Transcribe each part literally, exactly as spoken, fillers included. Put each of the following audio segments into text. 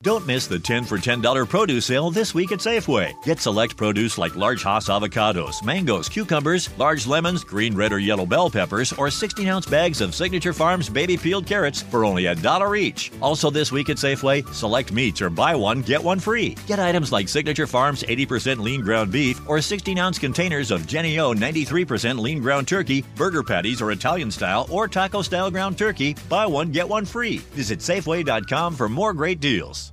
Don't miss the ten for ten dollars produce sale this week at Safeway. Get select produce like large Hass avocados, mangoes, cucumbers, large lemons, green, red, or yellow bell peppers, or sixteen-ounce bags of Signature Farms baby peeled carrots for only a dollar each. Also this week at Safeway, select meats or buy one, get one free. Get items like Signature Farms eighty percent lean ground beef or sixteen-ounce containers of Jenny O ninety-three percent lean ground turkey, burger patties or Italian-style or taco-style ground turkey. Buy one, get one free. Visit Safeway dot com for more great deals.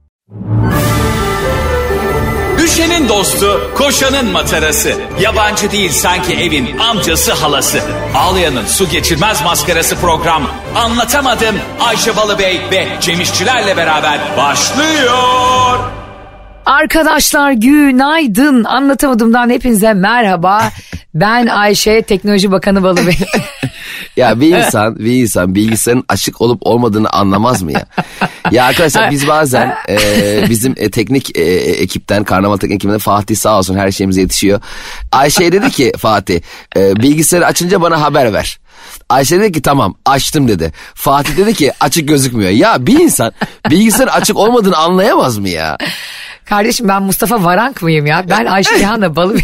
Düşenin dostu, koşanın matarası. Yabancı değil sanki evin amcası halası. Ağlayanın su geçirmez maskarası program. Anlatamadım Ayşe Balıbey ve Cem İşçilerle beraber başlıyor. Arkadaşlar günaydın. Anlatamadığımdan hepinize merhaba. Ben Ayşe, Teknoloji Bakanı Balıbey. Ya bir insan bir insan bilgisayarın açık olup olmadığını anlamaz mı ya? Ya arkadaşlar biz bazen e, bizim e, teknik e, ekipten, Karnaval Teknik ekibinden Fatih sağ olsun her şeyimize yetişiyor. Ayşe dedi ki Fatih e, bilgisayarı açınca bana haber ver. Ayşe dedi ki tamam açtım dedi. Fatih dedi ki açık gözükmüyor. Ya bir insan bilgisayarın açık olmadığını anlayamaz mı ya? Kardeşim ben Mustafa Varank mıyım ya? Ben Ayşe Rihanna Balıbey.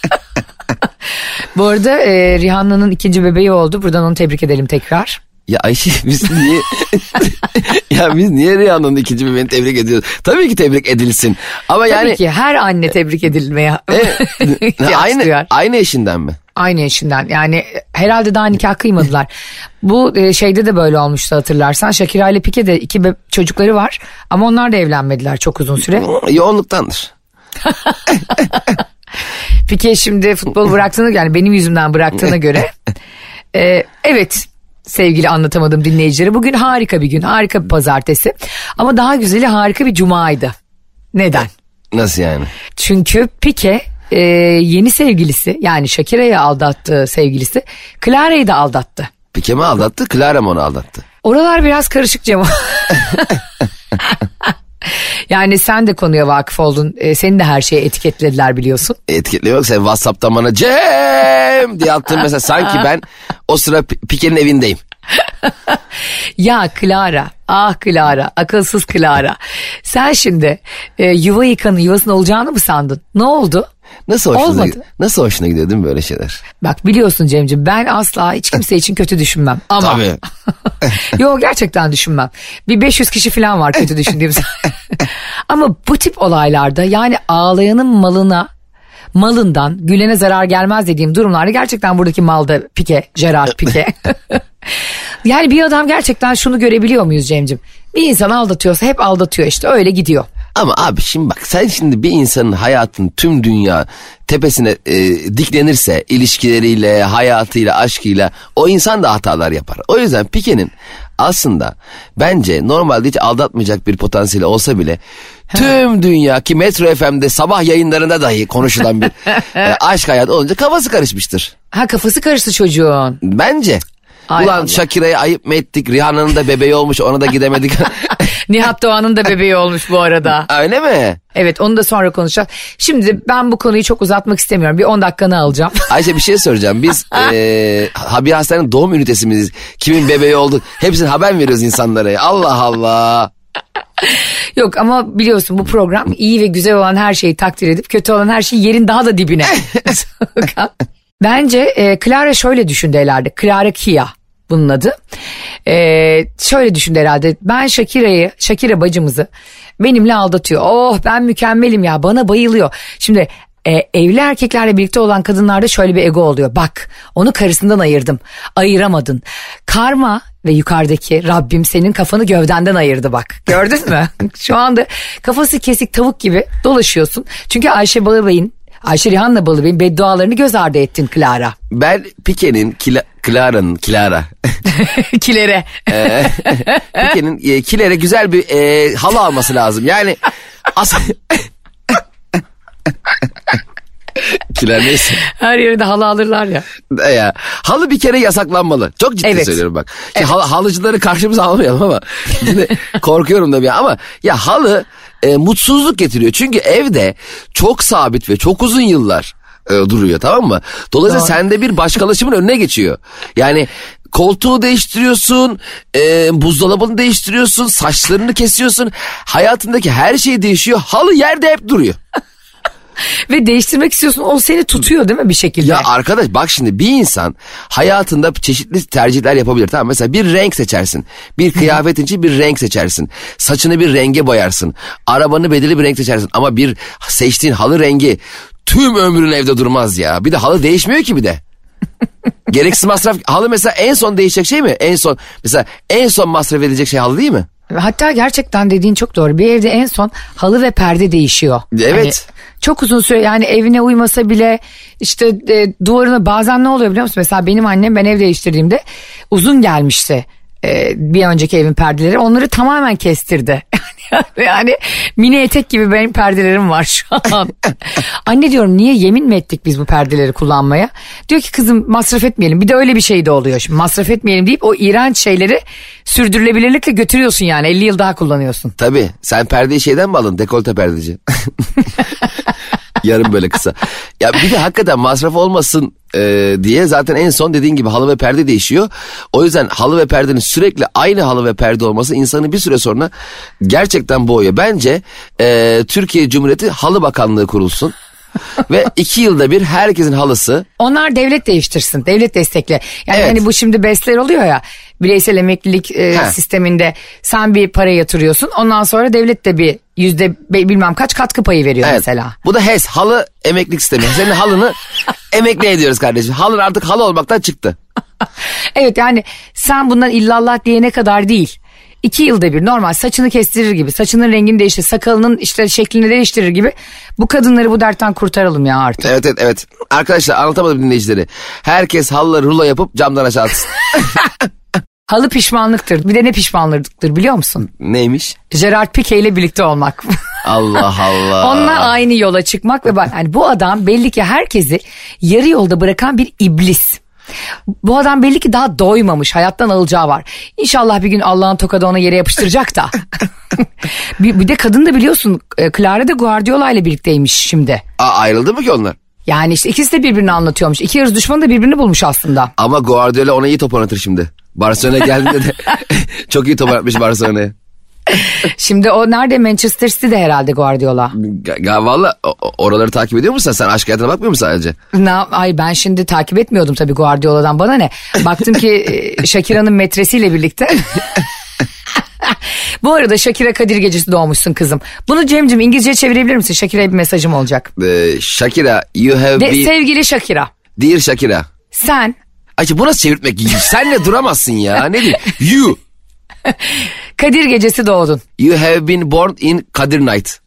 Bu arada e, Rihanna'nın ikinci bebeği oldu. Buradan onu tebrik edelim tekrar. Ya Ayşe biz niye ya biz niye Rihanna'nın ikinci bebeğini tebrik ediyoruz? Tabii ki tebrik edilsin. Ama Tabii yani ki her anne tebrik edilmeye e, aynı aynı eşinden mi? Aynı eşinden. Yani herhalde daha nikah kıymadılar. Bu e, şeyde de böyle olmuştu hatırlarsan. Shakira ile Pique de iki be- çocukları var ama onlar da evlenmediler çok uzun süre. Yoğunluktandır. Pique şimdi futbol bıraktığını, yani benim yüzümden bıraktığına göre. E, evet sevgili Anlatamadım dinleyicileri, bugün harika bir gün, harika bir pazartesi. Ama daha güzeli harika bir cumaydı. Neden? Nasıl yani? Çünkü Pique e, yeni sevgilisi, yani Shakira'yı aldattığı sevgilisi Clara'yı da aldattı. Pique mi aldattı, Clara mı onu aldattı? Oralar biraz karışık Cem. Yani sen de konuya vakıf oldun. Ee, seni de her şeye etiketlediler biliyorsun. Etiketli yok. Sen WhatsApp'tan bana Cem diye attın mesela. Sanki ben o sıra Pique'nin evindeyim. Ya Clara, ah Clara, akılsız Clara. Sen şimdi e, yuva yıkanın yuvasının olacağını mı sandın? Ne oldu? Nasıl hoşuna, Olmadı. Nasıl hoşuna gidiyor değil mi böyle şeyler? Bak biliyorsun Cemciğim, ben asla hiç kimse için kötü düşünmem. Ama tabii. Yok gerçekten düşünmem. Bir beş yüz kişi falan var kötü düşündüğüm zaman. Ama bu tip olaylarda, yani ağlayanın malına, malından gülene zarar gelmez dediğim durumlarda gerçekten buradaki malda Pique, Gerard Pique. Yani bir adam gerçekten şunu görebiliyor muyuz Cemciğim? Bir insan aldatıyorsa hep aldatıyor, işte öyle gidiyor. Ama abi şimdi bak, sen şimdi bir insanın hayatın tüm dünya tepesine e, diklenirse ilişkileriyle, hayatıyla, aşkıyla, o insan da hatalar yapar. O yüzden Pique'nin aslında bence normalde hiç aldatmayacak bir potansiyeli olsa bile tüm dünya, ki Metro F M'de sabah yayınlarında dahi konuşulan bir e, aşk hayatı olunca kafası karışmıştır. Ha, kafası karıştı çocuğun. Bence. Ay Ulan Allah. Shakira'ya ayıp mı ettik? Rihanna'nın da bebeği olmuş, ona da gidemedik. Nihat Doğan'ın da bebeği olmuş bu arada. Öyle mi? Evet, onu da sonra konuşacağız. Şimdi ben bu konuyu çok uzatmak istemiyorum. Bir on dakikanı alacağım. Ayşe bir şey soracağım. Biz e, Habir Hastane'nin doğum ünitesi miyiz? Kimin bebeği oldu? Hepsini haber mi veriyoruz insanlara? Allah Allah. Yok ama biliyorsun bu program iyi ve güzel olan her şeyi takdir edip kötü olan her şeyi yerin daha da dibine. Bence e, Clara şöyle düşündü herhalde. Clara Kia bunun adı. E, şöyle düşündü herhalde. Ben Shakira'yı, Shakira bacımızı benimle aldatıyor. Oh ben mükemmelim ya, bana bayılıyor. Şimdi e, evli erkeklerle birlikte olan kadınlarda şöyle bir ego oluyor. Bak onu karısından ayırdım. Ayıramadın. Karma ve yukarıdaki Rabbim senin kafanı gövdenden ayırdı bak. Gördün mü? Şu anda kafası kesik tavuk gibi dolaşıyorsun. Çünkü Ayşe Balıbey'in, Ayşe Rihanna Balıbey'in beddualarını göz ardı ettin Clara. Ben Pique'nin, Kila, Clara'nın, Clara. Kilere. e, Pique'nin e, Kilere güzel bir e, halı alması lazım. Yani as- Kiler neyse. Her yerde halı alırlar ya. Ya, halı bir kere yasaklanmalı. Çok ciddi Evet. söylüyorum bak. Evet. Hal, halıcıları karşımıza almayalım ama yine korkuyorum da bir ama ya halı e, mutsuzluk getiriyor. Çünkü evde çok sabit ve çok uzun yıllar e, duruyor, tamam mı? Dolayısıyla Doğru. sende bir başkalaşımın önüne geçiyor. Yani koltuğu değiştiriyorsun, e, buzdolabını değiştiriyorsun, saçlarını kesiyorsun. Hayatındaki her şey değişiyor. Halı yerde hep duruyor. Ve değiştirmek istiyorsun, o seni tutuyor değil mi bir şekilde? Ya arkadaş bak şimdi bir insan hayatında çeşitli tercihler yapabilir, tamam. Mesela bir renk seçersin, bir kıyafetin için bir renk seçersin, saçını bir renge boyarsın, arabanı belirli bir renk seçersin. Ama bir seçtiğin halı rengi tüm ömrün evde durmaz ya. Bir de halı değişmiyor ki bir de. Gereksiz masraf. Halı mesela en son değişecek şey mi? En son mesela en son masraf edilecek şey halı değil mi? Hatta gerçekten dediğin çok doğru. Bir evde en son halı ve perde değişiyor. Evet. Yani çok uzun süre, yani evine uymasa bile işte e, duvarına bazen ne oluyor biliyor musun? Mesela benim annem, ben ev değiştirdiğimde uzun gelmişti. E, bir önceki evin perdeleri, onları tamamen kestirdi. Yani mini etek gibi benim perdelerim var şu an. Anne diyorum, niye, yemin mi ettik biz bu perdeleri kullanmaya? Diyor ki kızım masraf etmeyelim. Bir de öyle bir şey de oluyor. Şimdi masraf etmeyelim deyip o iğrenç şeyleri sürdürülebilirlikle götürüyorsun yani. elli yıl daha kullanıyorsun. Tabii. Sen perdeyi şeyden mi aldın? Dekolte perdeci. Yarım böyle kısa. Ya bir de hakikaten masraf olmasın e, diye zaten en son dediğin gibi halı ve perde değişiyor. O yüzden halı ve perdenin sürekli aynı halı ve perde olması insanı bir süre sonra gerçekten boğuyor. Bence e, Türkiye Cumhuriyeti Halı Bakanlığı kurulsun. Ve iki yılda bir herkesin halısı. Onlar devlet değiştirsin. Devlet destekle. Yani Evet. hani bu şimdi BES'ler oluyor ya. Bireysel emeklilik e, sisteminde sen bir para yatırıyorsun. Ondan sonra devlet de bir yüzde bilmem kaç katkı payı veriyor Evet. mesela. Bu da H E S, halı emeklilik sistemi. Senin halını emekli ediyoruz kardeşim. Halın artık halı olmaktan çıktı. Evet, yani sen bundan illallah diyene kadar değil. İki yılda bir normal saçını kestirir gibi, saçının rengini değiştirir, sakalının işte şeklini değiştirir gibi bu kadınları bu dertten kurtaralım ya artık. Evet evet evet. Arkadaşlar anlatamadım dinleyicileri. Herkes halıları rulo yapıp camdan aşağı atsın. Halı pişmanlıktır. Bir de ne pişmanlıktır biliyor musun? Neymiş? Gerard Piqué ile birlikte olmak. Allah Allah. Onunla aynı yola çıkmak ve bak, yani bu adam belli ki herkesi yarı yolda bırakan bir iblis. Bu adam belli ki daha doymamış, hayattan alacağı var. İnşallah bir gün Allah'ın tokadı ona yere yapıştıracak da. bir, bir de kadın da biliyorsun, Clara da Guardiola ile birlikteymiş şimdi. Aa, ayrıldı mı ki onlar? Yani işte ikisi de birbirini anlatıyormuş. İki yarış düşmanı da birbirini bulmuş aslında. Ama Guardiola ona iyi top oynatır şimdi. Barcelona'ya geldiğinde de çok iyi top oynatmış Barcelona'ya. Şimdi o nerede, Manchester City'de herhalde Guardiola. Ya valla oraları takip ediyor musun? Sen aşk hayatına bakmıyor musun sadece? Ne, ay ben şimdi takip etmiyordum tabii Guardiola'dan, bana ne. Baktım ki Shakira'nın metresiyle birlikte. Bu arada Shakira Kadir Gecesi doğmuşsun kızım. Bunu Cem'cim İngilizce çevirebilir misin? Shakira'ya bir mesajım olacak. Ee, Shakira, you have De, been... Sevgili Shakira. Dear Shakira. Sen. Ayşe bu nasıl çevirtmek? Senle duramazsın ya. Ne diyeyim? You. Kadir Gecesi doğdun. You have been born in Kadir Night.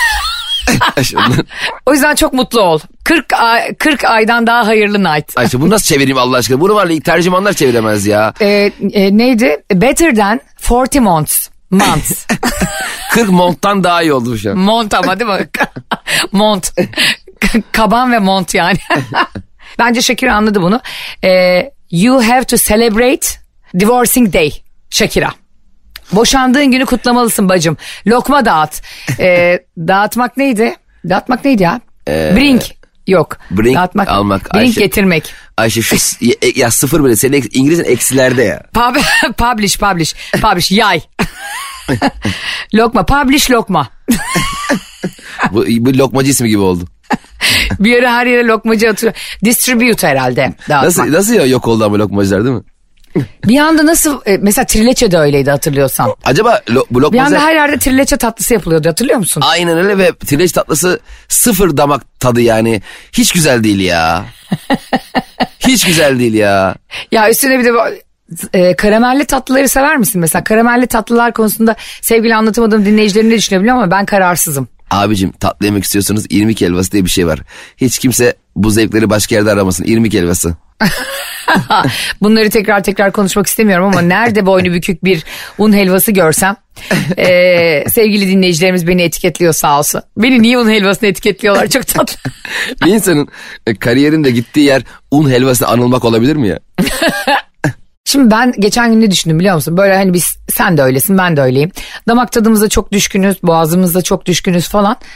O yüzden çok mutlu ol. kırk, ay, kırk aydan daha hayırlı night. Ayşe bunu nasıl çevireyim Allah aşkına? Bunu var ya ilk tercümanlar çeviremez ya. Ee, e, neydi? Better than forty months. Months. kırk monttan daha iyi oldu şu an. Mont ama değil mi? Mont. Kaban ve mont yani. Bence Shakira anladı bunu. Ee, you have to celebrate divorcing day. Shakira. Boşandığın günü kutlamalısın bacım. Lokma dağıt. Ee, dağıtmak neydi? Dağıtmak neydi ya? Ee, Bring. Yok. Bring, dağıtmak, almak. Bring Ayşe, getirmek. Ayşe şu ya, ya sıfır bile. Senin İngilizcen eksilerde ya. Pub, publish, publish. Publish, yay. Lokma, publish lokma. bu, bu lokmacı ismi gibi oldu. Bir ara her yere lokmacı atıyor. Distribute herhalde. Dağıtmak. Nasıl, nasıl ya yok oldu ama lokmacılar değil mi? Bir anda nasıl, mesela trileçe de öyleydi hatırlıyorsan. Acaba lo, bu lokmacılar... Bir anda her yerde trileçe tatlısı yapılıyordu, hatırlıyor musun? Aynen öyle ve trileçe tatlısı sıfır damak tadı yani. Hiç güzel değil ya. Hiç güzel değil ya. Ya üstüne bir de e, karamelli tatlıları sever misin? Mesela karamelli tatlılar konusunda sevgili anlatamadığım dinleyicilerim ne düşünebiliyor ama ben kararsızım. Abicim tatlı yemek istiyorsanız irmik helvası diye bir şey var. Hiç kimse bu zevkleri başka yerde aramasın. İrmik helvası. Bunları tekrar tekrar konuşmak istemiyorum ama nerede boynu bükük bir un helvası görsem e, sevgili dinleyicilerimiz beni etiketliyor sağ olsun. Beni niye un helvasını etiketliyorlar, çok tatlı. Bir insanın kariyerinde gittiği yer un helvasına anılmak olabilir mi ya? Şimdi ben geçen gün ne düşündüm biliyor musun? Böyle hani biz, sen de öylesin ben de öyleyim. Damak tadımıza çok düşkünüz, boğazımıza çok düşkünüz falan.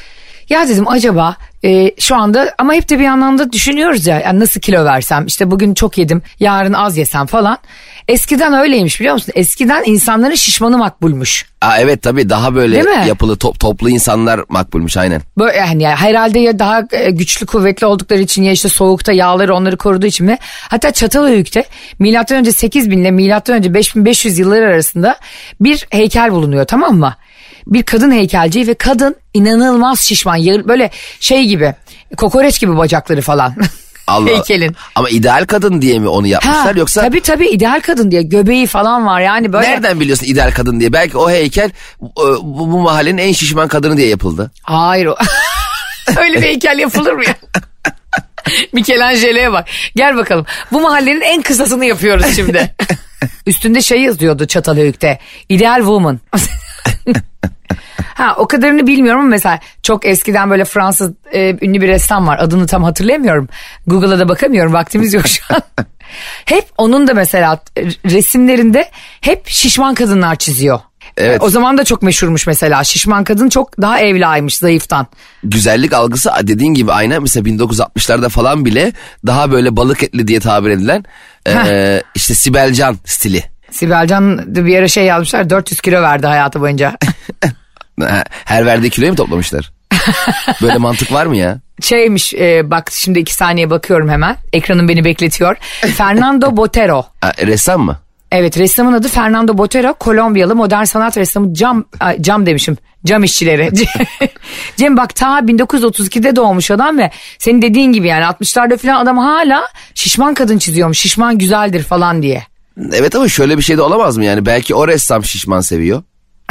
Ya dedim acaba e, şu anda ama hep de bir yandan da düşünüyoruz ya yani nasıl kilo versem işte bugün çok yedim yarın az yesem falan. Eskiden öyleymiş biliyor musun? Eskiden insanların şişmanı makbulmuş. Aa, evet tabii daha böyle yapılı top, toplu insanlar makbulmuş aynen. Böyle yani herhalde ya daha güçlü kuvvetli oldukları için ya işte soğukta yağları onları koruduğu için mi? Hatta Çatalhöyük'te milattan önce sekiz bin ile milattan önce beş bin beş yüz yılları arasında bir heykel bulunuyor, tamam mı? Bir kadın heykelci ve kadın inanılmaz şişman, böyle şey gibi, kokoreç gibi bacakları falan. Allah. Heykelin. Ama ideal kadın diye mi onu yapmışlar ha, yoksa? Tabii tabii ideal kadın diye, göbeği falan var yani böyle. Nereden biliyorsun ideal kadın diye? Belki o heykel bu, bu mahallenin en şişman kadını diye yapıldı. Hayır o. Öyle bir heykel yapılır mı ya? Michelangelo'ya bak. Gel bakalım. Bu mahallenin en kısasını yapıyoruz şimdi. Üstünde şey yazıyordu Çatalhöyük'te. Ideal woman. Ha o kadarını bilmiyorum ama mesela çok eskiden böyle Fransız e, ünlü bir ressam var. Adını tam hatırlayamıyorum. Google'a da bakamıyorum. Vaktimiz yok şu an. Hep onun da mesela resimlerinde hep şişman kadınlar çiziyor. Evet. O zaman da çok meşhurmuş mesela. Şişman kadın çok daha evlaymış zayıftan. Güzellik algısı dediğin gibi aynen mesela bin dokuz yüz altmışlarda falan bile daha böyle balık etli diye tabir edilen e, işte Sibel Can stili. Sibel Can bir ara şey yazmışlar, dört yüz kilo verdi hayatı boyunca. Her verdiği kiloyu mu toplamışlar? Böyle mantık var mı ya? Şeymiş e, bak şimdi iki saniye bakıyorum hemen. Ekranım beni bekletiyor. Fernando Botero. Ha, ressam mı? Evet, ressamın adı Fernando Botero. Kolombiyalı modern sanat ressamı, cam cam demişim. Cam işçileri. Cem bak ta bin dokuz yüz otuz ikide doğmuş adam ve senin dediğin gibi yani altmışlarda falan adam hala şişman kadın çiziyormuş. Şişman güzeldir falan diye. Evet ama şöyle bir şey de olamaz mı yani? Belki o ressam şişman seviyor.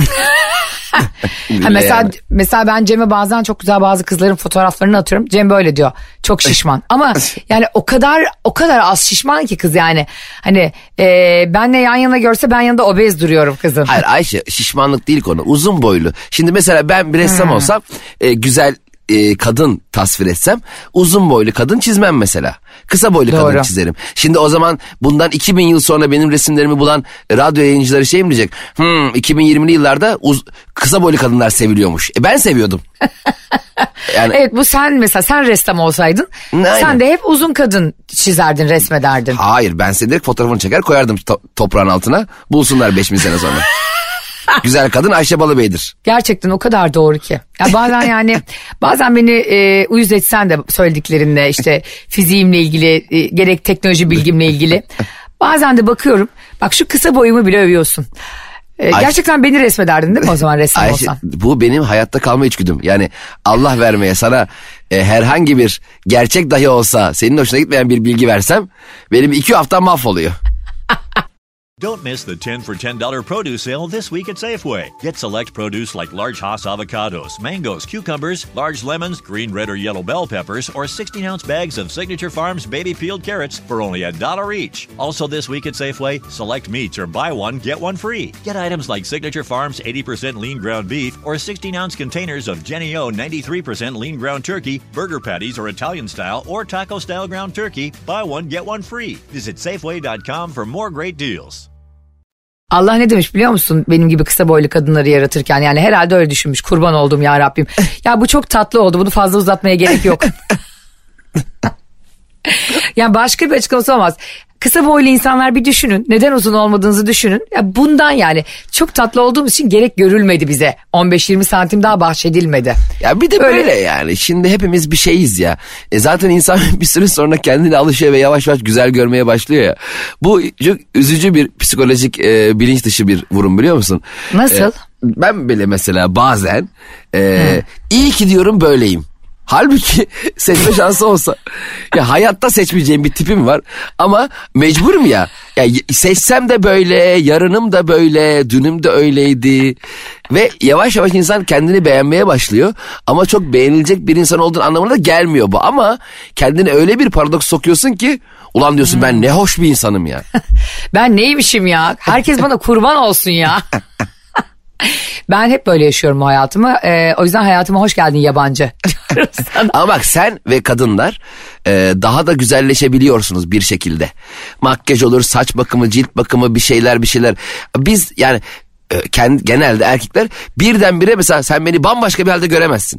ha, mesela yani. Mesela ben Cem'e bazen çok güzel bazı kızların fotoğraflarını atıyorum. Cem böyle diyor. Çok şişman. Ama yani o kadar o kadar az şişman ki kız yani. Hani e, benle yan yana görse ben yanında obez duruyorum kızın. Hayır Ayşe, şişmanlık değil konu. Uzun boylu. Şimdi mesela ben bir ressam hmm. olsam e, güzel e, kadın tasvir etsem uzun boylu kadın çizmem mesela. Kısa boylu Doğru. kadın çizerim. Şimdi o zaman bundan iki bin yıl sonra benim resimlerimi bulan radyo yayıncıları şey mi diyecek? Hmm, iki bin yirmili yıllarda uz- kısa boylu kadınlar seviliyormuş. E ben seviyordum. Yani... Evet bu sen mesela sen ressam olsaydın Aynen. sen de hep uzun kadın çizerdin, resmederdin. Hayır ben size direkt fotoğrafını çeker koyardım to- toprağın altına, bulsunlar beş bin sene sonra. Güzel kadın Ayşe Balıbey'dir. Gerçekten o kadar doğru ki. Ya bazen yani bazen beni e, uyuz etsen de söylediklerinle işte fiziğimle ilgili e, gerek teknoloji bilgimle ilgili. Bazen de bakıyorum bak şu kısa boyumu bile övüyorsun. E, gerçekten beni resmederdin değil mi o zaman ressam Ayşe, olsan? Bu benim hayatta kalma içgüdüm. Yani Allah vermeye sana e, herhangi bir gerçek dahi olsa senin hoşuna gitmeyen bir bilgi versem benim iki haftam mahvoluyor. Don't miss the ten for ten dollars produce sale this week at Safeway. Get select produce like large Hass avocados, mangoes, cucumbers, large lemons, green, red, or yellow bell peppers, or sixteen ounce bags of Signature Farms baby peeled carrots for only a dollar each. Also this week at Safeway, select meats or buy one, get one free. Get items like Signature Farms eighty percent lean ground beef or sixteen ounce containers of Jenny O ninety-three percent lean ground turkey, burger patties or Italian style or taco style ground turkey. Buy one, get one free. Visit Safeway dot com for more great deals. Allah ne demiş biliyor musun benim gibi kısa boylu kadınları yaratırken, yani herhalde öyle düşünmüş, kurban oldum ya Rabbim. Ya bu çok tatlı oldu, bunu fazla uzatmaya gerek yok. Yani başka bir açıklaması olmaz. Kısa boylu insanlar bir düşünün, neden uzun olmadığınızı düşünün. Ya bundan yani çok tatlı olduğumuz için gerek görülmedi bize. on beş yirmi santim daha bahşedilmedi. Ya bir de böyle, böyle yani şimdi hepimiz bir şeyiz ya. E zaten insan bir süre sonra kendine alışıyor ve yavaş yavaş güzel görmeye başlıyor ya. Bu çok üzücü bir psikolojik e, bilinç dışı bir vurum, biliyor musun? Nasıl? E, ben bile mesela bazen e, iyi ki diyorum böyleyim. Halbuki seçme şansı olsa ya hayatta seçmeyeceğim bir tipim var ama mecburum ya. Ya seçsem de böyle, yarınım da böyle, dünüm de öyleydi ve yavaş yavaş insan kendini beğenmeye başlıyor ama çok beğenilecek bir insan olduğun anlamına da gelmiyor bu, ama kendini öyle bir paradoks sokuyorsun ki ulan diyorsun hmm. ben ne hoş bir insanım ya. Ben neymişim ya, herkes bana kurban olsun ya. Ben hep böyle yaşıyorum hayatımı. Ee, o yüzden hayatıma hoş geldin yabancı. Ama bak sen ve kadınlar e, daha da güzelleşebiliyorsunuz bir şekilde. Makyaj olur, saç bakımı, cilt bakımı, bir şeyler bir şeyler. Biz yani e, kendi, genelde erkekler birdenbire mesela sen beni bambaşka bir halde göremezsin.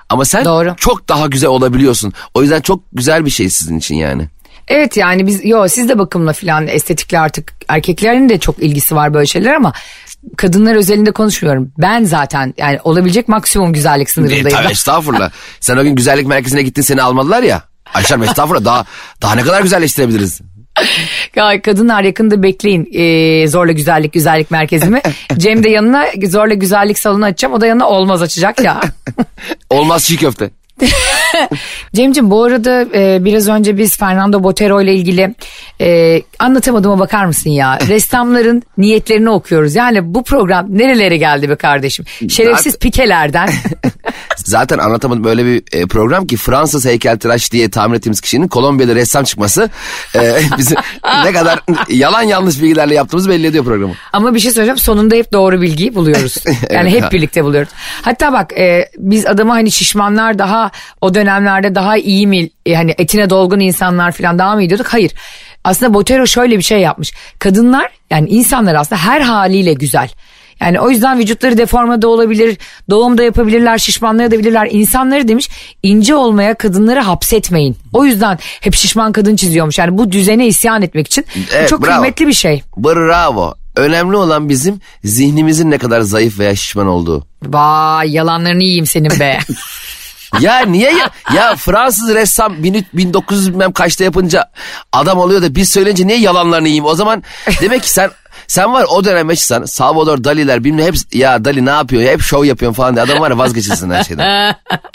Ama sen Doğru. çok daha güzel olabiliyorsun. O yüzden çok güzel bir şey sizin için yani. Evet yani biz yo siz de bakımla falan estetikle artık erkeklerin de çok ilgisi var böyle şeyler ama kadınlar özelinde konuşmuyorum. Ben zaten yani olabilecek maksimum güzellik sınırındayım. E, tabii estağfurullah. Sen o gün güzellik merkezine gittin seni almadılar ya. Ayşem estağfurullah daha, daha ne kadar güzelleştirebiliriz? Ya kadınlar yakında bekleyin ee, zorla güzellik güzellik merkezimi. Cem de yanına zorla güzellik salonu açacağım. O da yanına olmaz açacak ya. Olmaz çiğ köfte. Cemciğim bu arada e, biraz önce biz Fernando Botero ile ilgili e, anlatamadığıma bakar mısın ya? Ressamların niyetlerini okuyoruz. Yani bu program nerelere geldi be kardeşim? Şerefsiz Zaten... pikelerden. Zaten anlatamadım böyle bir e, program ki Fransız heykeltıraş diye tahmin ettiğimiz kişinin Kolombiya'da ressam çıkması e, bizim ne kadar yalan yanlış bilgilerle yaptığımız belli ediyor programı. Ama bir şey söyleyeceğim, sonunda hep doğru bilgiyi buluyoruz. Yani Evet, hep birlikte buluyoruz. Hatta bak e, biz adama hani şişmanlar daha o dönemlerde daha iyi mi, e, hani etine dolgun insanlar falan daha mı iyi diyorduk? Hayır. Aslında Botero şöyle bir şey yapmış. Kadınlar yani insanlar aslında her haliyle güzel. Yani o yüzden vücutları deforme de olabilir, doğum da yapabilirler, şişmanlayabilirler. İnsanları demiş ince olmaya kadınları hapsetmeyin. O yüzden hep şişman kadın çiziyormuş. Yani bu düzene isyan etmek için Evet, bu çok bravo. kıymetli bir şey. Bravo. Önemli olan bizim zihnimizin ne kadar zayıf veya şişman olduğu. Vay yalanlarını yiyeyim senin be. Ya niye ya? Ya Fransız ressam bin dokuz yüz bilmem kaçta yapınca adam oluyor da biz söyleyince niye yalanlarını yiyeyim? O zaman demek ki sen sen var o dönem yaşasan Salvador Dali'ler bilmem hep ya Dali ne yapıyor ya hep şov yapıyorsun falan diye adam var ya vazgeçilsin her şeyden.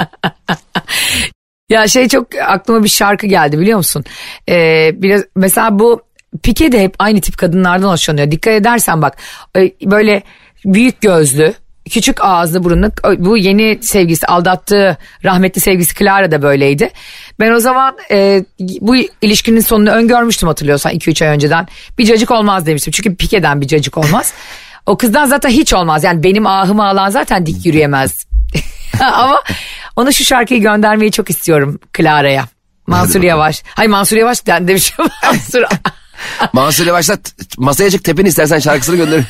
Ya şey çok aklıma bir şarkı geldi biliyor musun? Ee, biraz mesela bu Pique de hep aynı tip kadınlardan hoşlanıyor. Dikkat edersen bak böyle büyük gözlü, küçük ağızlı burunlu, bu yeni sevgilisi aldattığı rahmetli sevgilisi Clara da böyleydi. Ben o zaman e, bu ilişkinin sonunu öngörmüştüm hatırlıyorsan iki üç ay önceden. Bir cacık olmaz demiştim çünkü Pique'den bir cacık olmaz. O kızdan zaten hiç olmaz yani benim ahımı alan zaten dik yürüyemez. Ama ona şu şarkıyı göndermeyi çok istiyorum Clara'ya. Mansur Yavaş. Hayır Mansur Yavaş den demişim. Mansur Mansur Yavaş'la masaya çık tepeni istersen şarkısını gönderin.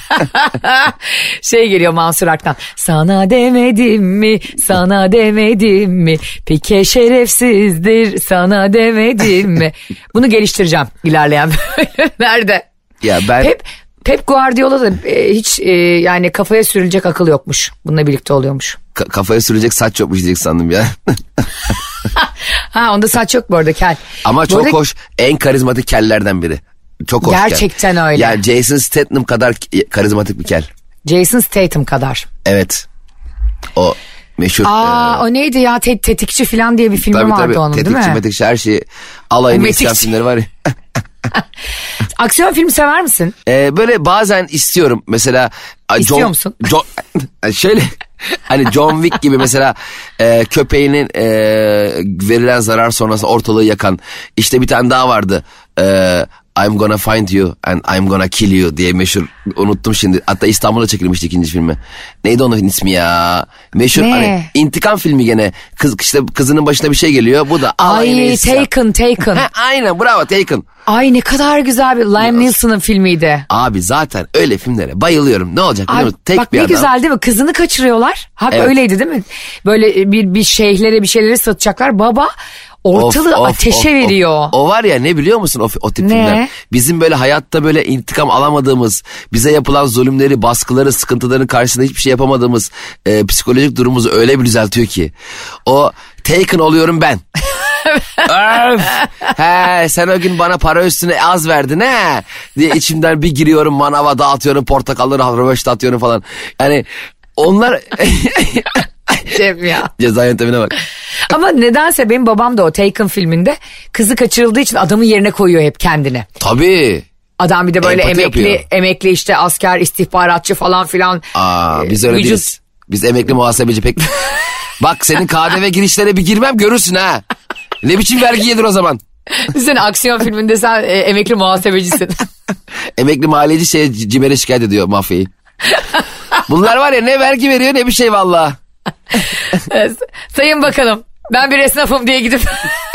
Şey geliyor Mansur Ak'tan. Sana demedim mi, sana demedim mi, Pique şerefsizdir, sana demedim mi. Bunu geliştireceğim ilerleyen bölümlerde. Ya ben... Pep, Pep Guardiola da e, hiç e, yani kafaya sürülecek akıl yokmuş. Bununla birlikte oluyormuş. Ka- kafaya sürecek saç yokmuş diyecek sandım ya. Ha onda saç yok bu arada kel. Ama bu çok arada... hoş, en karizmatik kellerden biri. Çok hoş. Gerçekten kel. öyle. Yani Jason Statham kadar karizmatik bir kel. Jason Statham kadar. Evet. O meşhur. Aa e... o neydi ya Te- tetikçi falan diye bir filmi tabii, vardı tabii. onun tetikçi, değil mi? Tetikçi her şeyi alayını isteyen filmleri var ya. Aksiyon film sever misin? Ee, böyle bazen istiyorum mesela. İstiyor John, musun? John, şöyle hani John Wick gibi mesela e, köpeğinin e, verilen zarar sonrası ortalığı yakan işte bir tane daha vardı. E, I'm gonna find you and I'm gonna kill you diye meşhur, unuttum şimdi. Hatta İstanbul'da çekilmişti ikinci filmi. Neydi onun ismi ya? Meşhur ne? Hani intikam filmi gene. Kız işte kızının başına bir şey geliyor. Bu da Ay Taken Taken. Aynen bravo Taken. Ay ne kadar güzel bir Liam Neeson'ın filmiydi. Abi zaten öyle filmlere bayılıyorum. Ne olacak biliyor musun? Tek bak bir ne adam. güzel değil mi? Kızını kaçırıyorlar. Hak Evet. öyleydi değil mi? Böyle bir, bir şeyhlere bir şeyleri satacaklar. Baba ortalığı Of, of, ateşe of, veriyor. Of. O var ya ne biliyor musun o, o tip Ne? filmler? Bizim böyle hayatta böyle intikam alamadığımız, bize yapılan zulümleri, baskıları, sıkıntıların karşısında hiçbir şey yapamadığımız e, psikolojik durumumuzu öyle bir düzeltiyor ki. O Taken oluyorum ben. Öf. He sen o gün bana para üstüne az verdin he diye içimden bir giriyorum, manava dağıtıyorum, portakalları röveşte atıyorum falan. Yani onlar Cem ya. Ceza yöntemine bak. Ama nedense benim babam da o Taken filminde kızı kaçırıldığı için adamın yerine koyuyor hep kendini. Tabii. Adam bir de böyle Empati emekli yapıyor. emekli işte asker, istihbaratçı falan filan. Aa, biz öyle Vücut- değiliz. Biz emekli muhasebeci pek... Bak senin K D V girişlere bir girmem görürsün ha. Ne biçim vergi yedir o zaman? Sen aksiyon filminde sen e, emekli muhasebecisin. Emekli maliyeci şeye CİMER'e şikayet ediyor mafyayı. Bunlar var ya ne vergi veriyor ne bir şey valla. Sayın Bakanım ben bir esnafım diye gidip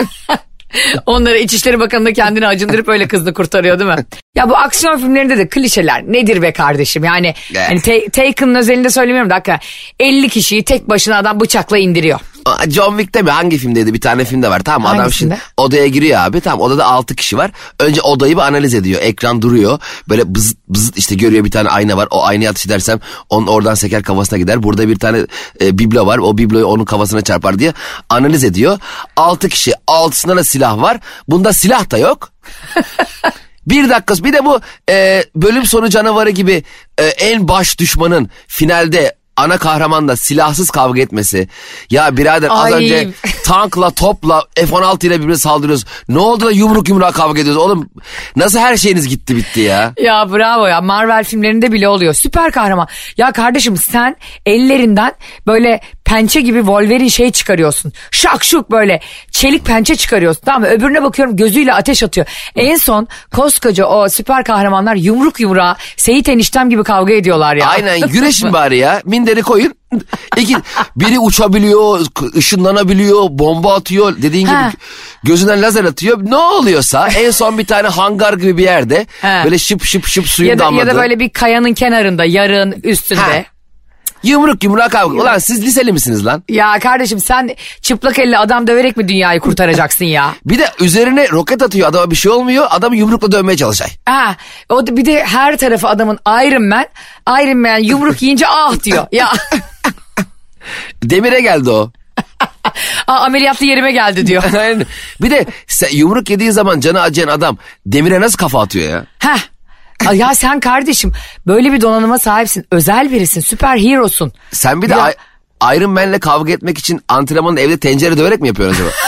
onları İçişleri Bakanı'na kendini acındırıp öyle kızını kurtarıyor değil mi? Ya bu aksiyon filmlerinde de klişeler nedir be kardeşim? Yani, yani te- Taken'ın özelinde söylemiyorum da hakikaten elli kişiyi tek başına adam bıçakla indiriyor. John Wick'te mi? Hangi filmdeydi? Bir tane filmde var. Tamam, adam Hangisinde? şimdi odaya giriyor abi. Tamam, odada altı kişi var. Önce odayı bir analiz ediyor. Ekran duruyor. Böyle bızıt bızıt işte görüyor, bir tane ayna var. O aynayı ateş edersem onun oradan seker kafasına gider. Burada bir tane e, biblo var. O bibloyu onun kafasına çarpar diye analiz ediyor. Altı kişi. Altısında da silah var. Bunda silah da yok. Bir dakika, bir de bu e, bölüm sonu canavarı gibi e, en baş düşmanın finalde ana kahramanla silahsız kavga etmesi. Ya birader, az Ay. önce tankla, topla, F on altı ile birbirine saldırıyoruz. Ne oldu da yumruk yumruğa kavga ediyoruz oğlum? Nasıl her şeyiniz gitti bitti ya? Ya bravo ya, Marvel filmlerinde bile oluyor. Süper kahraman. Ya kardeşim sen ellerinden böyle pençe gibi Wolverine şey çıkarıyorsun. Şak şuk böyle çelik pençe çıkarıyorsun. Tamam mı? Öbürüne bakıyorum gözüyle ateş atıyor. En son koskoca o süper kahramanlar yumruk yumruğa Seyit eniştem gibi kavga ediyorlar ya. Aynen, güreşin bari ya. Minderi koyun. İki, biri uçabiliyor, ışınlanabiliyor, bomba atıyor. Dediğin gibi Ha. gözünden lazer atıyor. Ne oluyorsa en son bir tane hangar gibi bir yerde Ha. böyle şıp şıp şıp suyun Ya da, damladığı. ya da böyle bir kayanın kenarında, yarın üstünde. Ha. Yumruk yumruğa kavga. Ulan siz liseli misiniz lan? Ya kardeşim sen çıplak elle adam döverek mi dünyayı kurtaracaksın ya? Bir de üzerine roket atıyor, adama bir şey olmuyor. Adamı yumrukla dövmeye çalışay. Ha, o da bir de her tarafı adamın Iron Man. Iron Man yumruk yiyince ah diyor. Ya Demire geldi o. Aa, ameliyatlı yerime geldi diyor. Aynen. Bir de sen yumruk yediği zaman canı acıyan adam demire nasıl kafa atıyor ya? Heh. Ay ya sen kardeşim böyle bir donanıma sahipsin. Özel birisin. Süper hero'sun. Sen bir de Ya- I- Iron Man'le kavga etmek için antrenmanı evde tencere döverek mi yapıyorsun acaba?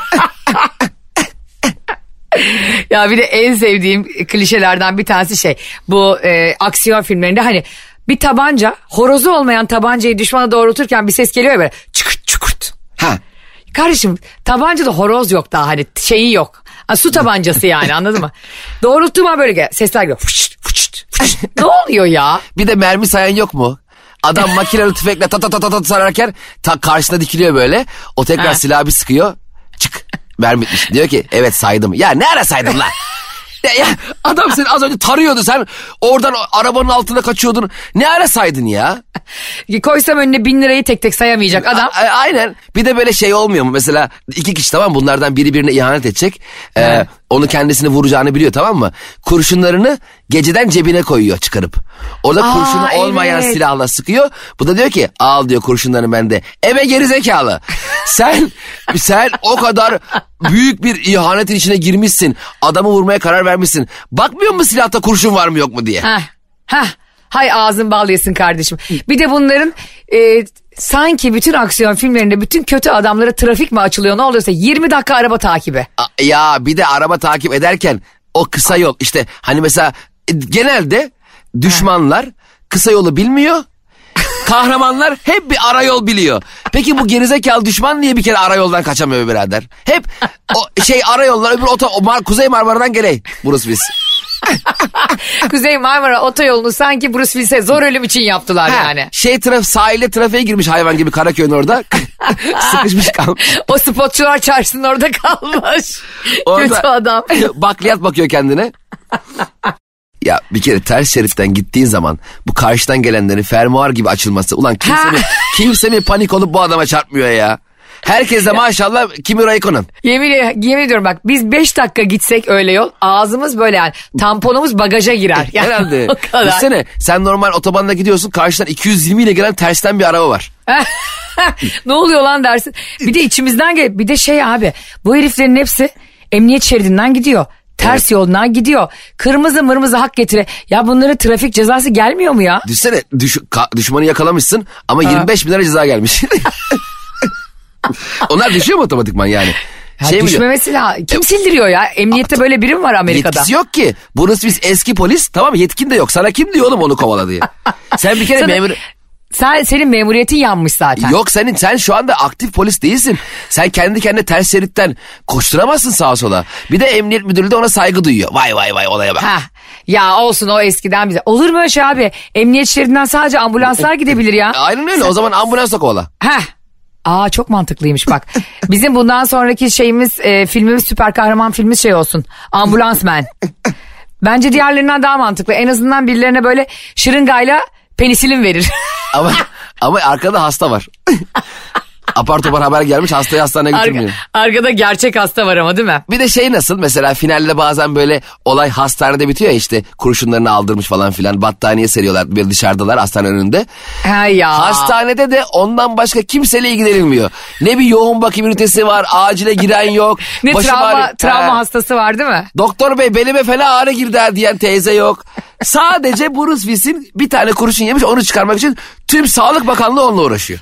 Ya bir de en sevdiğim klişelerden bir tanesi şey. Bu e, aksiyon filmlerinde hani bir tabanca, horozu olmayan tabancayı düşmana doğrulturken bir ses geliyor ya böyle çıkırt çıkırt. Ha. Kardeşim tabancada horoz yok daha, hani şeyi yok. Ha, su tabancası yani, anladın mı? Doğrulttuğuma böyle gel, sesler geliyor. Fışt, fışt, fışt. Ne oluyor ya? Bir de mermi sayan yok mu? Adam makineli tüfekle ta ta ta ta ta sararken ta karşısına dikiliyor böyle. O tekrar Ha. silahı bir sıkıyor. Çık. Mermi bitmiş. Diyor ki evet saydım. Ya ne ara saydım lan? Ya, ya, adam seni az önce tarıyordu, sen oradan arabanın altına kaçıyordun. Ne ara saydın ya? Koysam önüne bin lirayı tek tek sayamayacak adam. A- a- aynen. Bir de böyle şey olmuyor mu? Mesela iki kişi, tamam, bunlardan biri birine ihanet edecek. Ee, onu kendisini vuracağını biliyor, tamam mı? Kurşunlarını geceden cebine koyuyor çıkarıp. Orada Aa, kurşunu olmayan evet. silahla sıkıyor. Bu da diyor ki al diyor kurşunlarını bende. Ebe gerizekalı. sen sen o kadar büyük bir ihanetin içine girmişsin. Adamı vurmaya karar vermişsin. Bakmıyor musun silahta kurşun var mı yok mu diye? Heh, heh. Hay ağzın bal yesin kardeşim. Bir de bunların e, sanki bütün aksiyon filmlerinde bütün kötü adamlara trafik mi açılıyor, ne oluyorsa yirmi dakika araba takibi. A- Ya bir de araba takip ederken o kısa yol işte, hani mesela e, genelde düşmanlar kısa yolu bilmiyor. Kahramanlar hep bir ara yol biliyor. Peki bu gerizekalı düşman niye bir kere ara yoldan kaçamıyor birader? Hep o şey ara yollar, öbür oto, o Mar- Kuzey Marmara'dan geley Bruce Willis. Kuzey Marmara otoyolunu sanki Bruce Willis'e zor ölüm için yaptılar Ha, yani. Şey traf sahile trafiğe girmiş hayvan gibi Karaköy'ün orada. Sıkışmış kalmış. O spotçular çarşısının orada kalmış. Orada Kötü adam. bakliyat bakıyor kendine. Ya bir kere ters şeritten gittiğin zaman bu karşıdan gelenlerin fermuar gibi açılması. Ulan kimse mi, kimse mi panik olup bu adama çarpmıyor ya? Herkes de maşallah Kimi Raikkonen. Yemin, yemin ediyorum bak, biz beş dakika gitsek öyle yol, ağzımız böyle yani tamponumuz bagaja girer. Yani Herhalde. o kadar. Düşünsene, sen normal otobanda gidiyorsun, karşıdan iki yüz yirmi ile gelen tersten bir araba var. Ne oluyor lan dersin. Bir de içimizden gel. Bir de şey abi, bu heriflerin hepsi emniyet şeridinden gidiyor. Ters evet. yoldan gidiyor. Kırmızı mırmızı hak getire. Ya bunların trafik cezası gelmiyor mu ya? Düşünsene düş, ka, düşmanı yakalamışsın ama ha. yirmi beş bin lira ceza gelmiş. Onlar düşüyor mu otomatikman yani? Ya şey düşmemesi lazım. Kim sildiriyor ya? Emniyette böyle birim var Amerika'da. Yetkisi yok ki. Burası biz eski polis, tamam mı? Yetkin de yok. Sana kim diyor oğlum onu kovala diye? Sen bir kere Sana, memur... Sen, senin memuriyetin yanmış zaten. Yok, senin sen şu anda aktif polis değilsin. Sen kendi kendine ters şeritten koşturamazsın sağa sola. Bir de emniyet müdürü de ona saygı duyuyor. Vay vay vay olaya bak. Heh. Ya olsun, o eskiden bize. Olur mu öyle şey abi? Emniyet şeridinden sadece ambulanslar gidebilir ya. Aynen öyle. Sen... O zaman ambulansla kovala. Heh. Aa çok mantıklıymış bak. Bizim bundan sonraki şeyimiz, e, filmimiz, süper kahraman filmimiz şey olsun. Ambulansman. Bence diğerlerinden daha mantıklı. En azından birilerine böyle şırıngayla penisilin verir. Ama ama arkada hasta var. Apar topar haber gelmiş, hastayı hastaneye götürmüyor. Arka, arkada gerçek hasta var ama değil mi? Bir de şey nasıl mesela finalde bazen böyle olay hastanede bitiyor ya, işte kurşunlarını aldırmış falan filan, battaniye seriyorlar böyle dışarıdalar hastane önünde. He ya. Hastanede de ondan başka kimseyle ilgilenilmiyor. Ne bir yoğun bakım ünitesi var, acile giren yok. Ne travma, ağrı... travma hastası var değil mi? Doktor bey belime fena ağrı girdi diyen teyze yok. Sadece Bruce Willis'in bir tane kurşun yemiş, onu çıkarmak için tüm Sağlık Bakanlığı onunla uğraşıyor.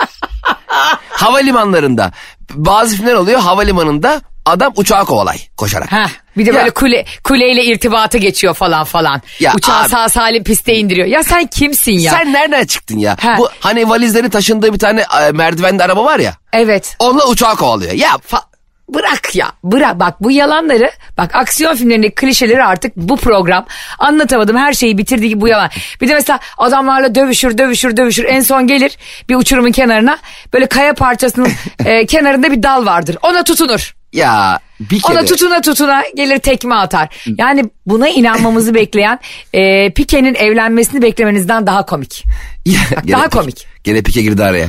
Havalimanlarında bazı filmler oluyor, havalimanında adam uçağı kovalay koşarak. Heh, bir de ya, böyle kule kuleyle irtibatı geçiyor falan falan. Ya uçağı abi, sağ salim piste indiriyor. Ya sen kimsin ya? Sen nereden çıktın ya? Heh. Bu hani valizlerin taşındığı bir tane e, merdivenli araba var ya. Evet. Onunla uçağı kovalıyor. Ya fa- Bırak ya, bırak bak bu yalanları, bak aksiyon filmlerindeki klişeleri artık bu program anlatamadım, her şeyi bitirdiği gibi bu yalan. Bir de mesela adamlarla dövüşür dövüşür dövüşür, en son gelir bir uçurumun kenarına, böyle kaya parçasının e, kenarında bir dal vardır, ona tutunur. Ya bir kere. Ona tutuna tutuna gelir tekme atar. Yani buna inanmamızı bekleyen e, Pike'nin evlenmesini beklemenizden daha komik. Ya, Bak, daha Pike, komik. Gene Pike girdi araya.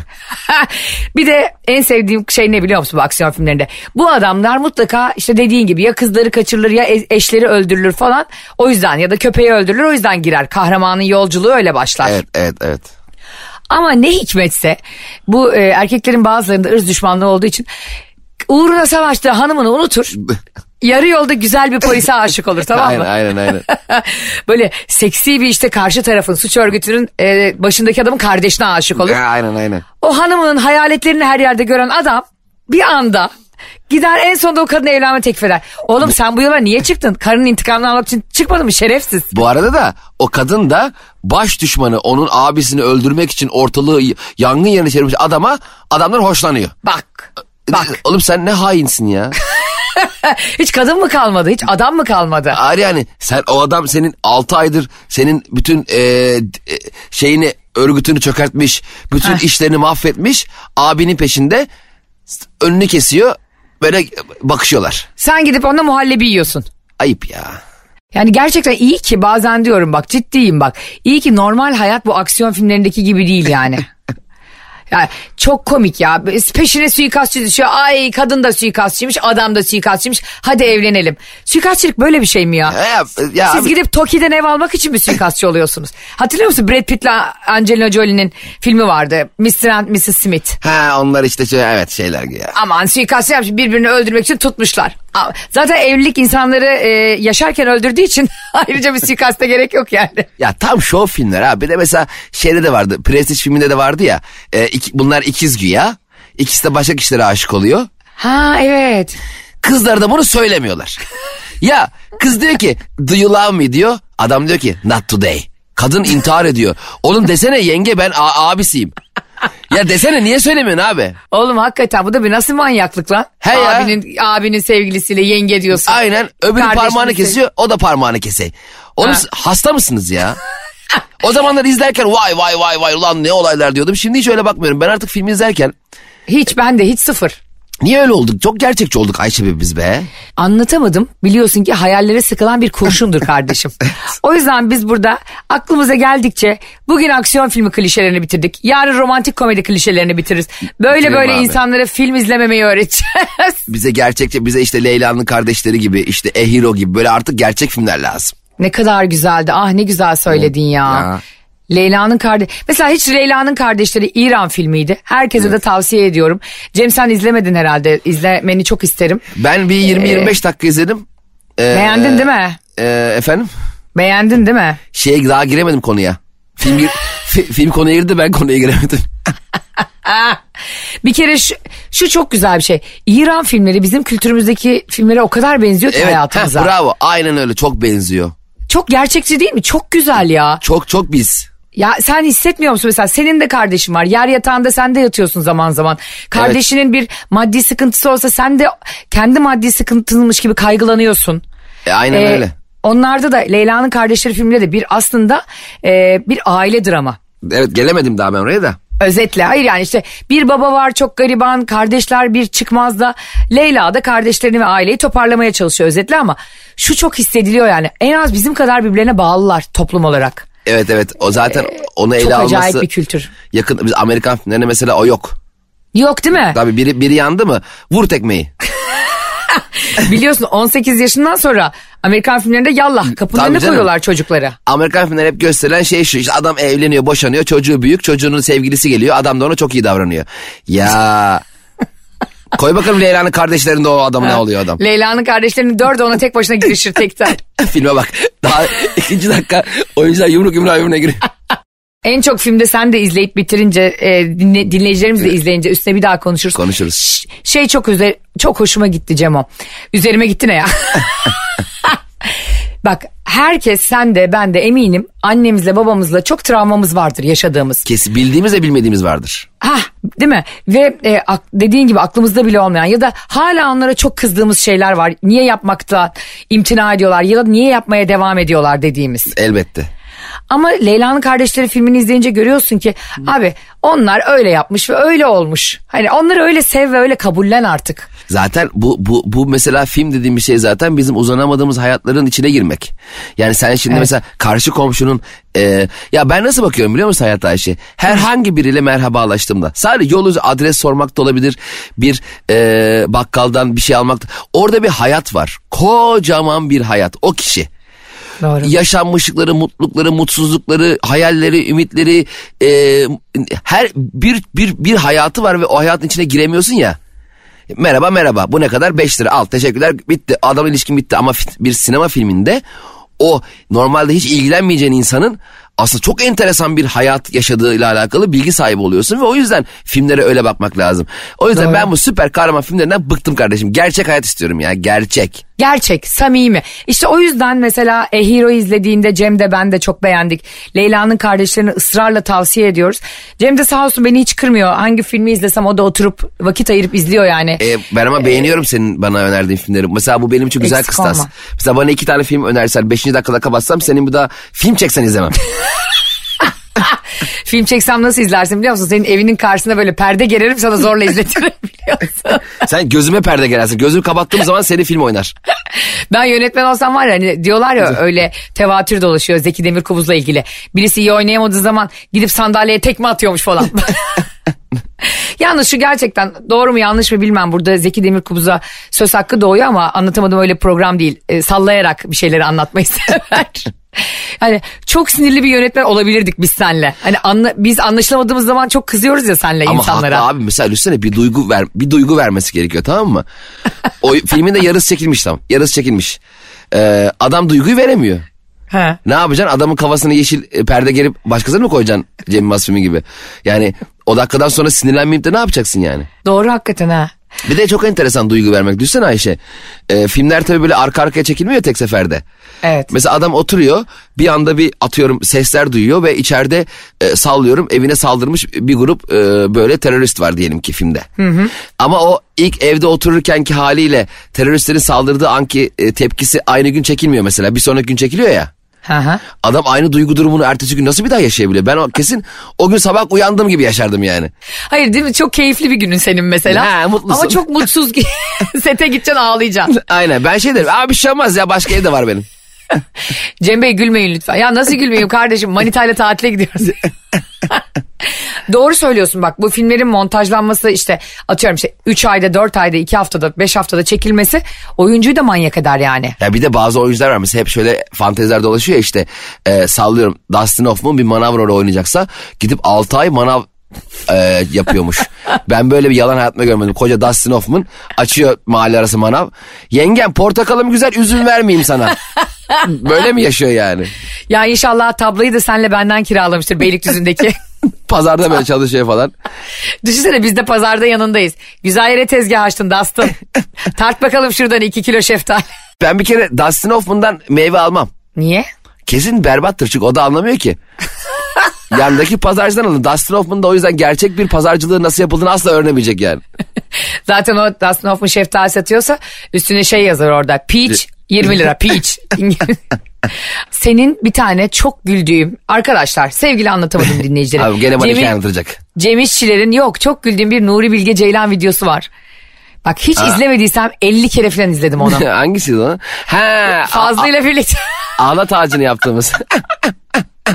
Bir de en sevdiğim şey ne biliyor musun bu aksiyon filmlerinde? Bu adamlar mutlaka işte dediğin gibi ya kızları kaçırılır ya eşleri öldürülür falan. O yüzden, ya da köpeği öldürülür, o yüzden girer. Kahramanın yolculuğu öyle başlar. Evet evet evet. Ama ne hikmetse bu e, erkeklerin bazılarında ırz düşmanlığı olduğu için uğruna savaştığı hanımını unutur. Yarı yolda güzel bir polise aşık olur, tamam mı? Aynen aynen aynen. Böyle seksi bir işte karşı tarafın, suç örgütünün e, başındaki adamın kardeşine aşık olur. Aynen aynen. O hanımının hayaletlerini her yerde gören adam bir anda gider en sonunda o kadına evlenme teklif eder. Oğlum sen bu yola niye çıktın? Karının intikamını almak için çıkmadın mı şerefsiz? Bu arada da o kadın da baş düşmanı, onun abisini öldürmek için ortalığı yangın yerine çevirmiş adama, adamlar hoşlanıyor. Bak bak. Oğlum sen ne hainsin ya. Hiç kadın mı kalmadı? Hiç adam mı kalmadı? Hayır yani sen, o adam senin altı aydır senin bütün e, e, şeyini, örgütünü çökertmiş, bütün Heh. işlerini mahvetmiş, abinin peşinde, önünü kesiyor, böyle bakışıyorlar. Sen gidip onunla muhallebi yiyorsun. Ayıp ya. Yani gerçekten iyi ki, bazen diyorum bak, ciddiyim bak. İyi ki normal hayat bu aksiyon filmlerindeki gibi değil yani. Yani çok komik ya. Peşine suikastçı düşüyor. Ay kadın da suikastçıymış, adam da suikastçıymış. Hadi evlenelim. Suikastçılık böyle bir şey mi ya? Ya, ya Siz abi... gidip Toki'den ev almak için mi suikastçı oluyorsunuz? Hatırlıyor musun? Brad Pitt'le Angelina Jolie'nin filmi vardı. mister and missus Smith. Ha onlar işte şey, evet şeyler ya. Aman suikastçı yapmış, birbirini öldürmek için tutmuşlar. Zaten evlilik insanları e, yaşarken öldürdüğü için ayrıca bir suikaste gerek yok yani. Ya tam şov filmler abi. Bir de mesela şeyde de vardı. Prestige filminde de vardı ya. E, iki, bunlar ikiz güya. İkisi de başka kişilere aşık oluyor. Ha evet. Kızlar da bunu söylemiyorlar. Ya kız diyor ki do you love me diyor. Adam diyor ki not today. Kadın intihar ediyor. Oğlum desene yenge, ben a- abisiyim. Ya desene, niye söylemiyorsun abi? Oğlum hakikaten bu da bir nasıl manyaklık lan? He ya. Abinin, abinin sevgilisiyle yenge diyorsun. Aynen, öbürü Kardeşinin parmağını sev- kesiyor, o da parmağını kesey. Oğlum Ha. hasta mısınız ya? O zamanlar izlerken vay vay vay vay ulan ne olaylar diyordum. Şimdi hiç öyle bakmıyorum. Ben artık film izlerken. Hiç, ben de hiç, sıfır. Niye öyle olduk? Çok gerçekçi olduk Ayşe be biz be. Anlatamadım. Biliyorsun ki hayallere sıkılan bir kurşundur kardeşim. O yüzden biz burada aklımıza geldikçe bugün aksiyon filmi klişelerini bitirdik. Yarın romantik komedi klişelerini bitiririz. Böyle Bitirelim böyle abi. insanlara film izlememeyi öğreteceğiz. Bize gerçekçi, bize işte Leyla'nın kardeşleri gibi, işte A Hero gibi böyle artık gerçek filmler lazım. Ne kadar güzeldi. Ah ne güzel söyledin ya. Ya. Leyla'nın kardeş. Mesela hiç Leyla'nın kardeşleri İran filmiydi. Herkese de tavsiye ediyorum. Cem sen izlemedin herhalde. İzlemeni çok isterim. Ben bir yirmi yirmi beş dakika izledim. Ee, Beğendin değil mi? E, efendim? Beğendin değil mi? Şeye daha giremedim konuya. Film, gir, fi- film konuya girdi, ben konuya giremedim. Bir kere şu, şu çok güzel bir şey. İran filmleri bizim kültürümüzdeki filmlere o kadar benziyor ki Evet, hayatımıza. heh, bravo, aynen öyle, çok benziyor. Çok gerçekçi değil mi? Çok güzel ya. Çok çok biz. Ya sen hissetmiyor musun mesela, senin de kardeşin var, yer yatağında sen de yatıyorsun zaman zaman. Kardeşinin bir maddi sıkıntısı olsa sen de kendi maddi sıkıntınmış gibi kaygılanıyorsun. E, aynen Ee, öyle. Onlarda da Leyla'nın kardeşleri filminde de bir aslında e, bir aile drama. Evet, gelemedim daha ben oraya da. Özetle hayır yani işte bir baba var çok gariban, kardeşler bir çıkmazda. Leyla da kardeşlerini ve aileyi toparlamaya çalışıyor özetle, ama şu çok hissediliyor yani, en az bizim kadar birbirlerine bağlılar toplum olarak. Evet evet, o zaten onu ele Çok alması. acayip bir kültür. Yakın, biz Amerikan filmlerinde mesela o yok. Yok değil mi? Tabii biri, biri yandı mı vur tekmeyi. Biliyorsun on sekiz yaşından sonra Amerikan filmlerinde yallah kapının önüne koyuyorlar çocukları. Amerikan filmleri hep gösterilen şey şu, işte adam evleniyor, boşanıyor, çocuğu büyük, çocuğunun sevgilisi geliyor, adam da ona çok iyi davranıyor. Ya koy bakalım Leyla'nın kardeşlerinde o adam ne oluyor adam. Leyla'nın kardeşlerinin dördü ona tek başına girişir tekten. Filme bak daha ikinci dakika oyuncular yumruk yumruğa birbirine giriyor. En çok filmde sen de izleyip bitirince e, dinle, dinleyicilerimiz de izleyince üstüne bir daha konuşuruz. Konuşuruz. Ş- şey çok üzer, çok hoşuma gitti Cemo. Üzerime gitti ne ya? Bak herkes, sen de ben de eminim annemizle babamızla çok travmamız vardır yaşadığımız. Kesin bildiğimiz ve bilmediğimiz vardır. Ha, değil mi? Ve e, dediğin gibi aklımızda bile olmayan ya da hala onlara çok kızdığımız şeyler var. Niye yapmakta imtina ediyorlar ya da niye yapmaya devam ediyorlar dediğimiz. Elbette. Ama Leyla'nın Kardeşleri filmini izleyince görüyorsun ki abi onlar öyle yapmış ve öyle olmuş. Hani onları öyle sev ve öyle kabullen artık. Zaten bu bu bu mesela film dediğim bir şey zaten bizim uzanamadığımız hayatların içine girmek. Yani sen şimdi evet. mesela karşı komşunun e, ya ben nasıl bakıyorum biliyor musun hayata Ayşe? Herhangi biriyle merhabalaştığımda sadece yol üzeri adres sormak da olabilir. Bir e, bakkaldan bir şey almak da, orada bir hayat var. Kocaman bir hayat o kişi. Doğru. Yaşanmışlıkları, mutlulukları, mutsuzlukları, hayalleri, ümitleri, e, her bir bir bir hayatı var ve o hayatın içine giremiyorsun ya. Merhaba merhaba bu ne kadar beş lira al teşekkürler bitti, adam ilişkin bitti. Ama bir sinema filminde o normalde hiç ilgilenmeyeceğin insanın aslında çok enteresan bir hayat yaşadığıyla alakalı bilgi sahibi oluyorsun ve o yüzden filmlere öyle bakmak lazım. O yüzden Doğru. ben bu süper kahraman filmlerinden bıktım kardeşim. Gerçek hayat istiyorum ya, gerçek. Gerçek, samimi. İşte o yüzden mesela A Hero izlediğinde Cem de ben de çok beğendik. Leyla'nın Kardeşlerini ısrarla tavsiye ediyoruz. Cem de sağ olsun beni hiç kırmıyor. Hangi filmi izlesem o da oturup vakit ayırıp izliyor yani. E, ben ama ee, beğeniyorum senin bana önerdiğin filmleri. Mesela bu benim için güzel kıstas. Olma. Mesela bana iki tane film önersen beşinci dakikada kapatsam senin bir daha film çeksen izlemem. Film çeksem nasıl izlersin biliyor musun? Senin evinin karşısına böyle perde gererim, sana zorla izletirim biliyorsun. Sen gözüme perde gerersin. Gözümü kapattığım zaman seni film oynar. Ben yönetmen olsam var ya, hani diyorlar ya öyle tevatür dolaşıyor Zeki Demirkubuz'la ilgili. Birisi iyi oynayamadığı zaman gidip sandalyeye tekme atıyormuş falan. Yalnız şu gerçekten doğru mu yanlış mı bilmem, burada Zeki Demirkubuz'a söz hakkı doğuyor ama anlatamadım, öyle program değil. E, sallayarak bir şeyleri anlatmayı sever. Hani çok sinirli bir yönetmen olabilirdik biz senle. Hani anla, biz anlaşılamadığımız zaman çok kızıyoruz ya senle ama insanlara. Ama abi mesela düşünsene bir duygu ver, bir duygu vermesi gerekiyor, tamam mı? O filmin de yarısı çekilmiş, tamam. Yarısı çekilmiş. Ee, adam duyguyu veremiyor. He. Ne yapacaksın? Adamın kafasına yeşil perde gerip başkasına mı koyacaksın Cem Yılmaz filmi gibi? Yani o dakikadan sonra sinirlenmeyip de ne yapacaksın yani? Doğru hakikaten ha. Bir de çok enteresan duygu vermek. Düşünsene Ayşe. E, filmler tabii böyle arka arkaya çekilmiyor tek seferde. Evet. Mesela adam oturuyor, bir anda bir atıyorum sesler duyuyor ve içeride e, sallıyorum evine saldırmış bir grup e, böyle terörist var diyelim ki filmde. Hı hı. Ama o ilk evde otururkenki haliyle teröristlerin saldırdığı anki e, tepkisi aynı gün çekilmiyor mesela. Bir sonraki gün çekiliyor ya. Hı. Adam aynı duygu durumunu ertesi gün nasıl bir daha yaşayabiliyor? Ben o, kesin o gün sabah uyandığım gibi yaşardım yani. Hayır değil mi? Çok keyifli bir günün senin mesela. He, mutlusun. Ama çok mutsuz. Sete gideceksin, ağlayacaksın. Aynen, ben şey derim. Abi bir şey olmaz ya, başka evde var benim. Cem Bey gülmeyin lütfen. Ya nasıl gülmeyeyim kardeşim? Manitayla tatile gidiyoruz. Doğru söylüyorsun bak, bu filmlerin montajlanması işte atıyorum işte üç ayda, dört ayda, iki haftada, beş haftada çekilmesi oyuncuyu da manyak eder yani. Ya bir de bazı oyuncular var mesela hep şöyle fanteziler dolaşıyor ya işte e, sallıyorum Dustin Hoffman bir manav rolü oynayacaksa gidip altı ay manav e, yapıyormuş. Ben böyle bir yalan hayatımda görmedim. Koca Dustin Hoffman açıyor mahalle arası manav. Yengem portakalım güzel, üzüm vermeyeyim sana. Böyle mi yaşıyor yani? Ya inşallah tablayı da senle benden kiralamıştır Beylikdüzü'ndeki. Pazarda böyle çalışıyor falan. Düşünsene biz de pazarda yanındayız. Güzel yere tezgah açtın Dustin. Tart bakalım şuradan iki kilo şeftali. Ben bir kere Dustin Hoffman'dan meyve almam. Niye? Kesin berbattır çünkü o da anlamıyor ki. Yandaki pazarcıdan alın. Dustin Hoffman da o yüzden gerçek bir pazarcılığın nasıl yapıldığını asla öğrenemeyecek yani. Zaten o Dustin Hoffman şeftali satıyorsa üstüne şey yazar orada. Peach yirmi lira peach. Senin bir tane çok güldüğüm arkadaşlar, sevgili anlatamadım dinleyicilere. Abi gene bana hikaye anlatacak. Cem İşçilerin yok çok güldüğüm bir Nuri Bilge Ceylan videosu var. Bak hiç Aa. izlemediysem elli kere falan izledim onu. Hangisi o? Ha, Fazlı ile birlikte. Ağlat ağacını yaptığımız.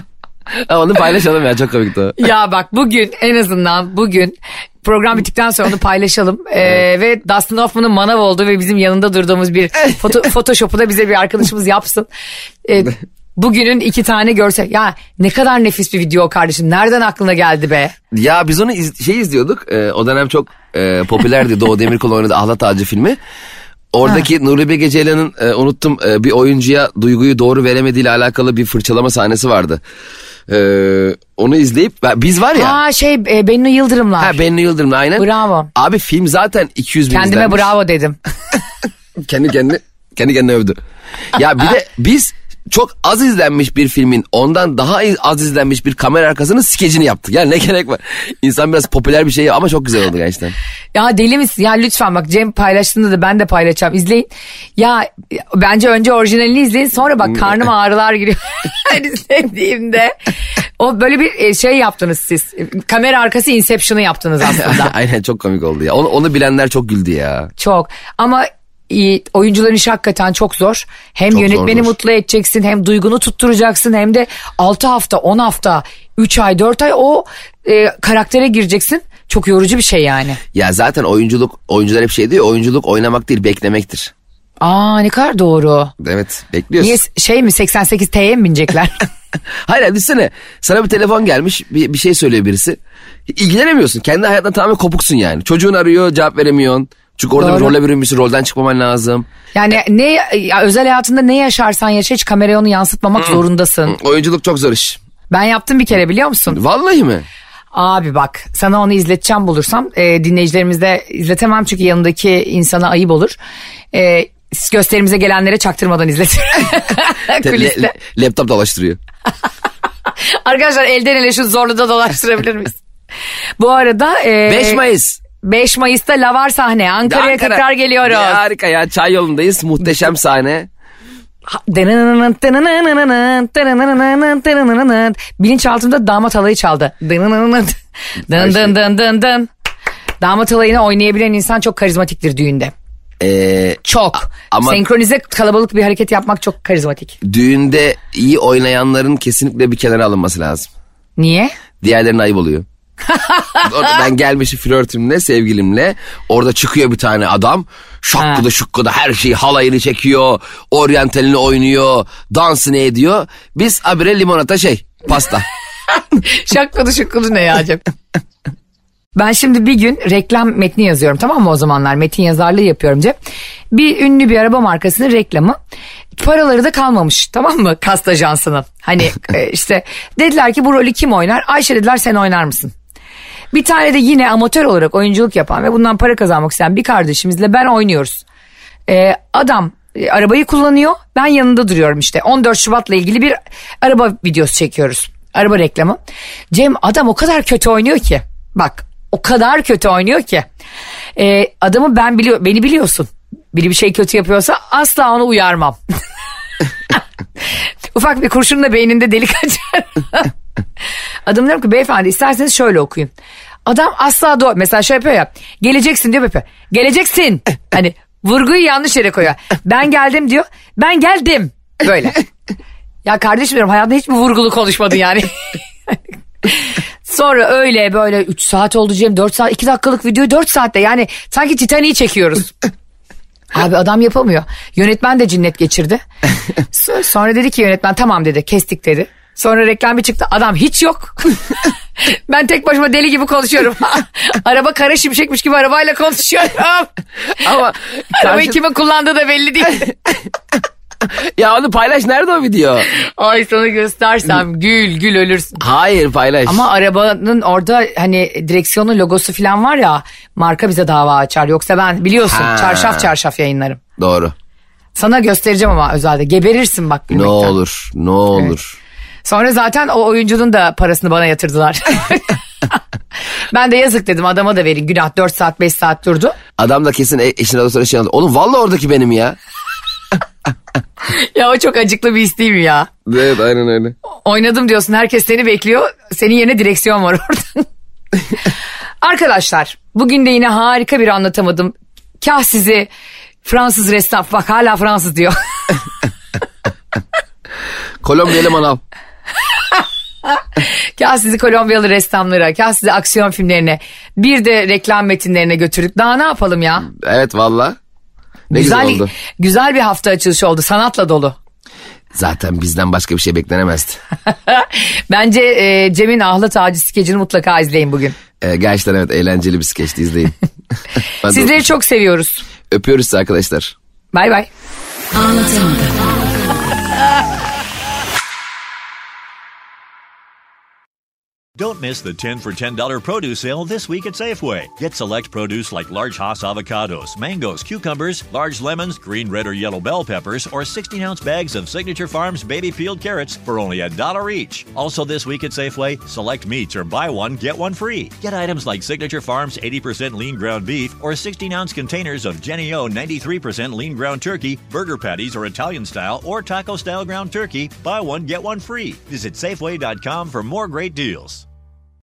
Onu paylaşalım ya, çok komikti o. Ya bak bugün en azından bugün program bittikten sonra onu paylaşalım. Ee, evet. Ve Dustin Hoffman'ın manav olduğu ve bizim yanında durduğumuz bir foto, Photoshop'u da bize bir arkadaşımız yapsın. Ee, bugünün iki tane görsel. Ya ne kadar nefis bir video kardeşim. Nereden aklına geldi be? Ya biz onu iz, şey izliyorduk. Ee, o dönem çok e, popülerdi. Doğu Demirkol oynadı Ahlat Ağacı filmi. Oradaki ha. Nuri Bilge Ceylan'ın e, unuttum e, bir oyuncuya duyguyu doğru veremediğiyle alakalı bir fırçalama sahnesi vardı. E, onu izleyip biz var ya. Ha şey e, Bennu Yıldırımlar. Ha Bennu Yıldırımlar aynen. Bravo. Abi film zaten iki yüz bin Kendime izlenmiş. bravo dedim. kendi kendine kendi kendine övdü. Ya bir de biz çok az izlenmiş bir filmin ondan daha az izlenmiş bir kamera arkasının skecini yaptık. Yani ne gerek var? İnsan biraz popüler bir şey ama çok güzel oldu gerçekten. Ya deli misin? Ya lütfen bak Cem paylaştığında da ben de paylaşacağım. İzleyin. Ya bence önce orijinalini izleyin, sonra bak karnıma ağrılar giriyor. İzlediğimde. O böyle bir şey yaptınız siz. Kamera arkası Inception'ı yaptınız aslında. Aynen, çok komik oldu ya. Onu, onu bilenler çok güldü ya. Çok. Ama İyi, oyuncuların işi hakikaten çok zor. Hem çok yönetmeni zordur. Mutlu edeceksin, hem duygunu tutturacaksın, hem de altı hafta, on hafta, üç ay, dört ay o e, karaktere gireceksin. Çok yorucu bir şey yani. Ya zaten oyunculuk, oyuncular hep şey diyor, oyunculuk oynamak değil beklemektir. Aa ne kadar doğru. Evet, bekliyorsun. Niye şey mi seksen sekiz T'ye mi binecekler? Hayır, düşünsene sana bir telefon gelmiş, bir, bir şey söylüyor birisi. İlgilenemiyorsun, kendi hayatına tamamen kopuksun yani. Çocuğun arıyor, cevap veremiyorsun. Çünkü orada doğru. Bir rolle bürünmüşsün, rolden çıkmaman lazım. Yani ne ya, özel hayatında ne yaşarsan yaşa hiç kameraya onu yansıtmamak hmm. zorundasın. Hmm. Oyunculuk çok zor iş. Ben yaptım bir kere, biliyor musun? Vallahi mi? Abi bak sana onu izleteceğim bulursam. E, dinleyicilerimizde izletemem çünkü yanındaki insana ayıp olur. E, gösterimize gelenlere çaktırmadan izletirim. Kuliste. Le, laptop dolaştırıyor. Arkadaşlar elden ele şu zorluda dolaştırabilir miyiz? Bu arada... E, beş Mayıs. beş Mayıs'ta Lavar sahne. Ankara'ya Ankara. Tekrar geliyoruz. Ya harika ya, çay yolundayız, muhteşem sahne. Bilinçaltımda damat halayı çaldı. Dın dın dın dın dın. Damat halayını oynayabilen insan çok karizmatiktir düğünde. Ee, çok. Ama senkronize kalabalık bir hareket yapmak çok karizmatik. Düğünde iyi oynayanların kesinlikle bir kenara alınması lazım. Niye? Diğerlerine ayıp oluyor. Ben gelmişim flörtümle, sevgilimle, orada çıkıyor bir tane adam, şakkıda şukkıda her şeyi, halayını çekiyor, oryantalini oynuyor, dansını ediyor. Biz abire limonata şey pasta. Şakkıda şukkıda ne ya acaba? Ben şimdi bir gün reklam metni yazıyorum, tamam mı, o zamanlar metin yazarlığı yapıyorum Cem. Bir ünlü bir araba markasının reklamı. Paraları da kalmamış, tamam mı, kast ajansının. Hani işte dediler ki bu rolü kim oynar? Ayşe dediler, sen oynar mısın? Bir tane de yine amatör olarak oyunculuk yapan ve bundan para kazanmak isteyen bir kardeşimizle ben oynuyoruz. Ee, adam e, arabayı kullanıyor, ben yanında duruyorum işte. on dört Şubat'la ilgili bir araba videosu çekiyoruz. Araba reklamı. Cem adam o kadar kötü oynuyor ki. Bak o kadar kötü oynuyor ki. Ee, adamı ben biliyor, beni biliyorsun. Biri bir şey kötü yapıyorsa asla onu uyarmam. Ufak bir kurşunla beyninde delik açar. Adam diyorum ki beyefendi isterseniz şöyle okuyun. Adam asla doğru. Mesela şöyle yapıyor ya. Geleceksin diyor yapıyor. Geleceksin. Hani vurguyu yanlış yere koyuyor. Ben geldim diyor. Ben geldim. Böyle. Ya kardeşim diyorum, hayatında hiç mi vurgulu konuşmadın yani? Sonra öyle böyle üç saat oldu Cem. dört saat, iki dakikalık videoyu dört saatte, yani sanki Titanic'i çekiyoruz. Abi adam yapamıyor. Yönetmen de cinnet geçirdi. Sonra dedi ki yönetmen tamam dedi, kestik dedi. Sonra reklam bir çıktı, adam hiç yok. Ben tek başıma deli gibi konuşuyorum. Araba kara şimşekmiş gibi arabayla konuşuyorum. Ama arabayı karşı... kimin kullandığı da belli değil. Ya onu paylaş, nerede o video? Ay sana göstersem gül gül ölürsün. Hayır paylaş. Ama arabanın orada hani direksiyonun logosu falan var ya, marka bize dava açar. Yoksa ben biliyorsun ha. çarşaf çarşaf yayınlarım. Doğru. Sana göstereceğim ama özelde geberirsin bak gülmekten. Ne olur ne olur. Evet. Sonra zaten o oyuncunun da parasını bana yatırdılar. Ben de yazık dedim, adama da verin günah, dört saat beş saat durdu. Adam da kesin eşine de sonra şey aldı. Oğlum vallahi oradaki benim ya. Ya o çok acıklı bir his değil mi ya? Evet aynen öyle. Oynadım diyorsun, herkes seni bekliyor. Senin yerine direksiyon var orada. Arkadaşlar bugün de yine harika bir anlatamadım. Kah sizi Fransız ressam, bak hala Fransız diyor. Kolombiyalı manav. Kah sizi Kolombiyalı ressamlara, kah sizi aksiyon filmlerine, bir de reklam metinlerine götürdük. Daha ne yapalım ya? Evet valla. Ne güzel, güzel oldu. Güzel bir hafta açılışı oldu. Sanatla dolu. Zaten bizden başka bir şey beklenemezdi. Bence e, Cem'in Ahlat Ağacı skecini mutlaka izleyin bugün. E, gerçekten evet, eğlenceli bir skeçti, izleyin. Sizleri çok seviyoruz. Öpüyoruz sizi arkadaşlar. Bay bay. Anlatamadım. Don't miss the ten for ten dollar produce sale this week at Safeway. Get select produce like large Hass avocados, mangoes, cucumbers, large lemons, green, red, or yellow bell peppers, or sixteen ounce bags of Signature Farms baby peeled carrots for only a dollar each. Also this week at Safeway, select meats or buy one, get one free. Get items like Signature Farms eighty percent lean ground beef or sixteen ounce containers of Jennie-O ninety-three percent lean ground turkey, burger patties or Italian style or taco style ground turkey. Buy one, get one free. Visit Safeway dot com for more great deals.